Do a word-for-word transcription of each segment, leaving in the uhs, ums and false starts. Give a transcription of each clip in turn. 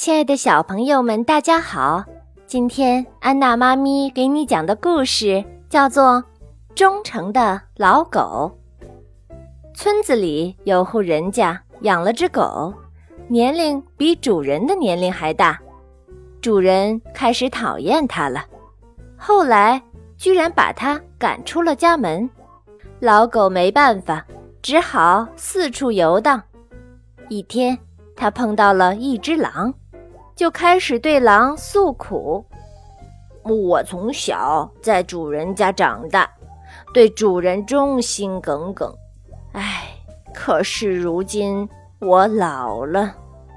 亲爱的小朋友们，大家好！今天安娜妈咪给你讲的故事叫做《忠诚的老狗》。村子里有户人家养了只狗，年龄比主人的年龄还大。主人开始讨厌它了，后来居然把它赶出了家门。老狗没办法，只好四处游荡。一天，它碰到了一只狼，就开始对狼诉苦。我从小在主人家长大，对主人忠心耿耿。唉，可是如今我老了。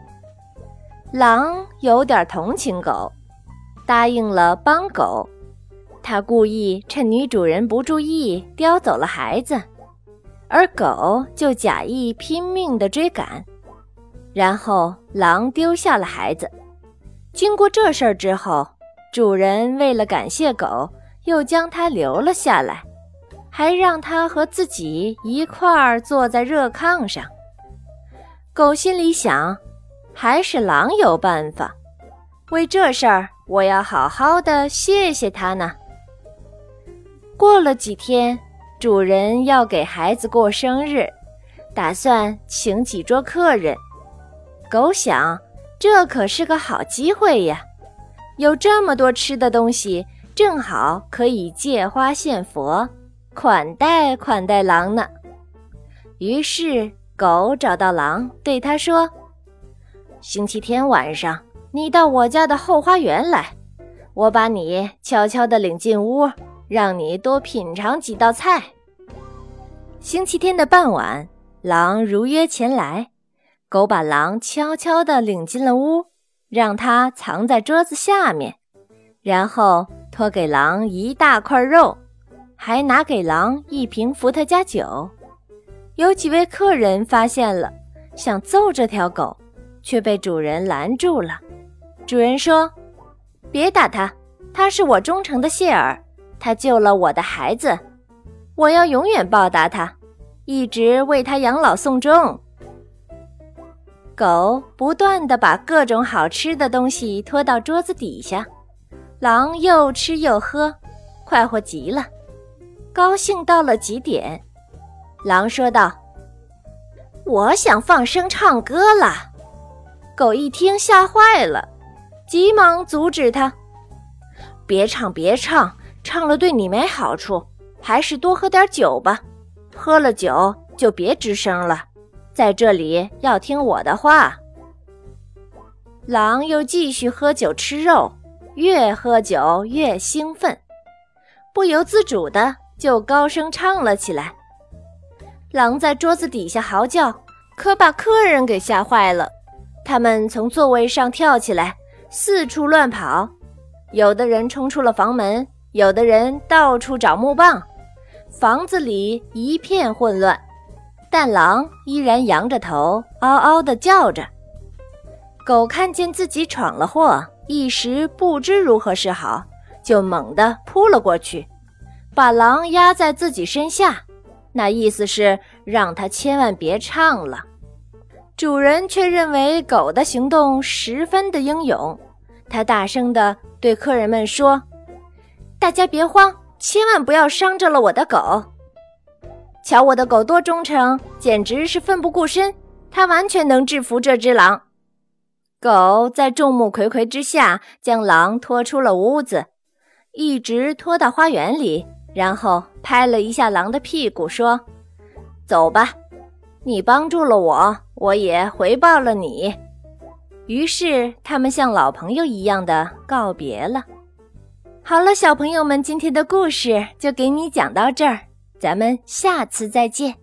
狼有点同情狗，答应了帮狗。他故意趁女主人不注意叼走了孩子，而狗就假意拼命地追赶。然后狼丢下了孩子。经过这事儿之后，主人为了感谢狗，又将它留了下来，还让它和自己一块儿坐在热炕上。狗心里想，还是狼有办法，为这事儿我要好好的谢谢它呢。过了几天，主人要给孩子过生日，打算请几桌客人。狗想，这可是个好机会呀，有这么多吃的东西，正好可以借花献佛，款待款待狼呢。于是狗找到狼，对他说，星期天晚上你到我家的后花园来，我把你悄悄地领进屋，让你多品尝几道菜。星期天的傍晚，狼如约前来，狗把狼悄悄地领进了屋，让它藏在桌子下面，然后托给狼一大块肉，还拿给狼一瓶伏特加酒。有几位客人发现了，想揍这条狗，却被主人拦住了。主人说，别打它，它是我忠诚的谢儿，它救了我的孩子，我要永远报答它，一直为它养老送终。狗不断地把各种好吃的东西拖到桌子底下，狼又吃又喝，快活极了，高兴到了极点。狼说道，我想放声唱歌了。狗一听吓坏了，急忙阻止他，别唱别唱，唱了对你没好处，还是多喝点酒吧，喝了酒就别吱声了，在这里要听我的话。狼又继续喝酒吃肉，越喝酒越兴奋，不由自主的就高声唱了起来。狼在桌子底下嚎叫，可把客人给吓坏了，他们从座位上跳起来，四处乱跑，有的人冲出了房门，有的人到处找木棒，房子里一片混乱，但狼依然扬着头，嗷嗷地叫着。狗看见自己闯了祸，一时不知如何是好，就猛地扑了过去，把狼压在自己身下，那意思是让它千万别唱了。主人却认为狗的行动十分的英勇，他大声地对客人们说，大家别慌，千万不要伤着了我的狗。瞧我的狗多忠诚，简直是奋不顾身，它完全能制服这只狼。狗在众目睽睽之下将狼拖出了屋子，一直拖到花园里，然后拍了一下狼的屁股，说，走吧，你帮助了我，我也回报了你。于是他们像老朋友一样的告别了。好了，小朋友们，今天的故事就给你讲到这儿，咱们下次再见。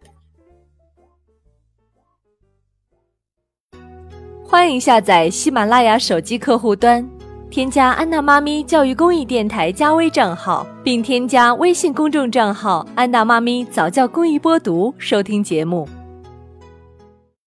欢迎下载喜马拉雅手机客户端，添加安娜妈咪教育公益电台加微账号，并添加微信公众账号安娜妈咪早教公益播读，收听节目。